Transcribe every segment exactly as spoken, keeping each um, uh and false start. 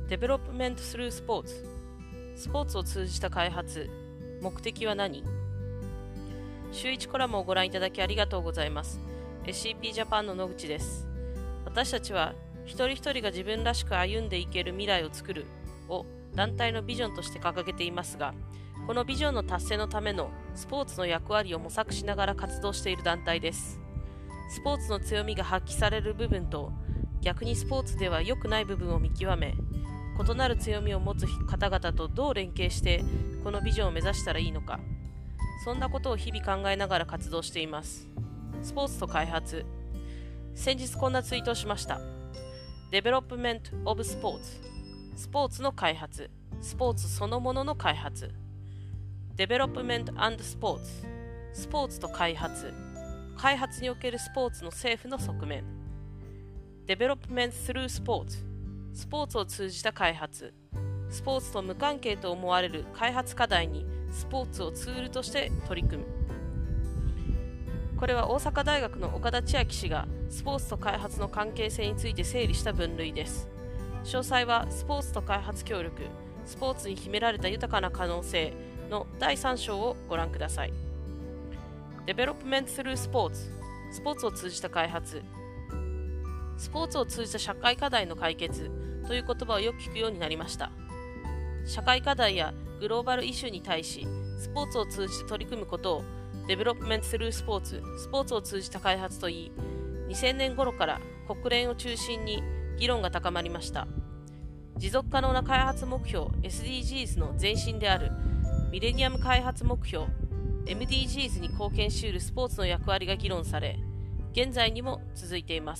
Development through Sports スポーツを通じた開発。目的は何？週いちコラムをご覧いただきありがとうございます。エスシーピー ジャパンの野口です。私たちは一人一人が自分らしく歩んでいける未来を作るを団体のビジョンとして掲げていますが、このビジョンの達成のためのスポーツの役割を模索しながら活動している団体です。スポーツの強みが発揮される部分と、逆にスポーツでは良くない部分を見極め、異なる強みを持つ方々とどう連携してこのビジョンを目指したらいいのか、そんなことを日々考えながら活動しています。スポーツと開発。先日こんなツイートをしました。Development of Sports スポーツの開発、スポーツそのものの開発。Development and Sports スポーツと開発、開発におけるスポーツの政府の側面。Development through Sports スポーツを通じた開発、スポーツと無関係と思われる開発課題にスポーツをツールとして取り組む。これは大阪大学の岡田千秋氏がスポーツと開発の関係性について整理した分類です。詳細はスポーツと開発協力、スポーツに秘められた豊かな可能性のだいさん章をご覧ください。Development through Sports スポーツを通じた開発。スポーツを通じた社会課題の解決という言葉をよく聞くようになりました。社会課題やグローバルイシューに対しスポーツを通じて取り組むことをDevelopment through Sports スポーツを通じた開発といい、にせんねん頃から国連を中心に議論が高まりました。持続可能な開発目標 エスディージーズ の前身であるミレニアム開発目標 エムディージーズ に貢献し得るスポーツの役割が議論され、現在にも続いています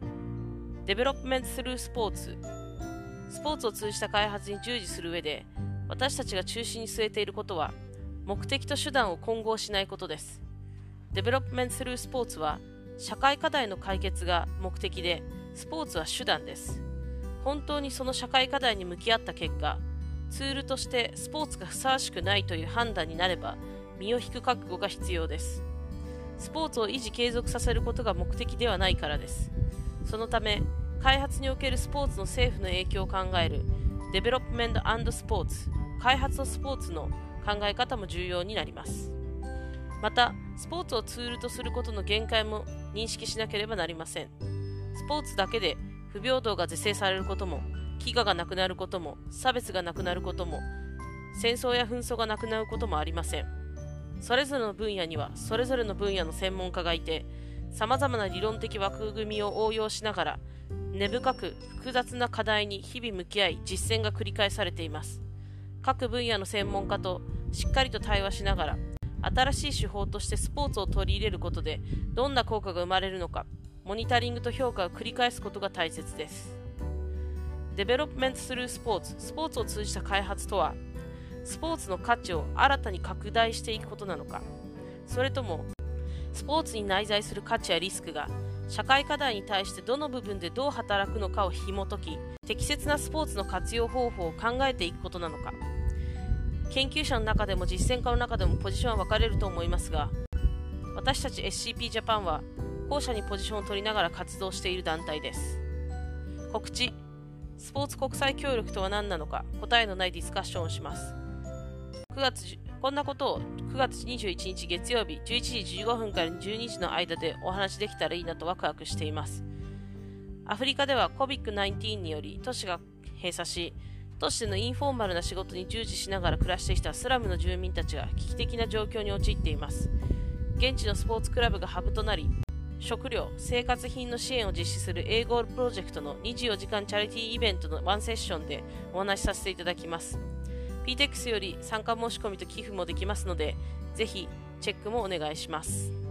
。Development through Sports スポーツを通じた開発に従事する上で、私たちが中心に据えていることは目的と手段を混合しないことです。Development through Sports は社会課題の解決が目的で、スポーツは手段です。本当にその社会課題に向き合った結果、ツールとしてスポーツがふさわしくないという判断になれば、身を引く覚悟が必要です。スポーツを維持継続させることが目的ではないからです。そのため、開発におけるスポーツの政府の影響を考える Development and Sports 開発とスポーツの考え方も重要になります。また、スポーツをツールとすることの限界も認識しなければなりません。スポーツだけで不平等が是正されることも、飢餓がなくなることも、差別がなくなることも、戦争や紛争がなくなることもありません。それぞれの分野にはそれぞれの分野の専門家がいて、さまざまな理論的枠組みを応用しながら、根深く複雑な課題に日々向き合い実践が繰り返されています。各分野の専門家としっかりと対話しながら、新しい手法としてスポーツを取り入れることでどんな効果が生まれるのか、モニタリングと評価を繰り返すことが大切です。Development through Sports スポーツを通じた開発とは、スポーツの価値を新たに拡大していくことなのか、それともスポーツに内在する価値やリスクが社会課題に対してどの部分でどう働くのかを紐解き、適切なスポーツの活用方法を考えていくことなのか。研究者の中でも実践家の中でもポジションは分かれると思いますが、私たち エスシーピー ジャパンは後者にポジションを取りながら活動している団体です。告知。スポーツ国際協力とは何なのか、答えのないディスカッションをします。くがつこんなことをくがつにじゅういちにち月曜日じゅういちじじゅうごふんからじゅうにじの間でお話できたらいいなとワクワクしています。アフリカでは コビッドナインティーン により都市が閉鎖し、都市でのインフォーマルな仕事に従事しながら暮らしてきたスラムの住民たちが危機的な状況に陥っています。現地のスポーツクラブがハブとなり、食料、生活品の支援を実施する エーゴール プロジェクトのにじゅうよじかんチャリティーイベントのワンセッションでお話しさせていただきます。ピーテックス より参加申し込みと寄付もできますので、ぜひチェックもお願いします。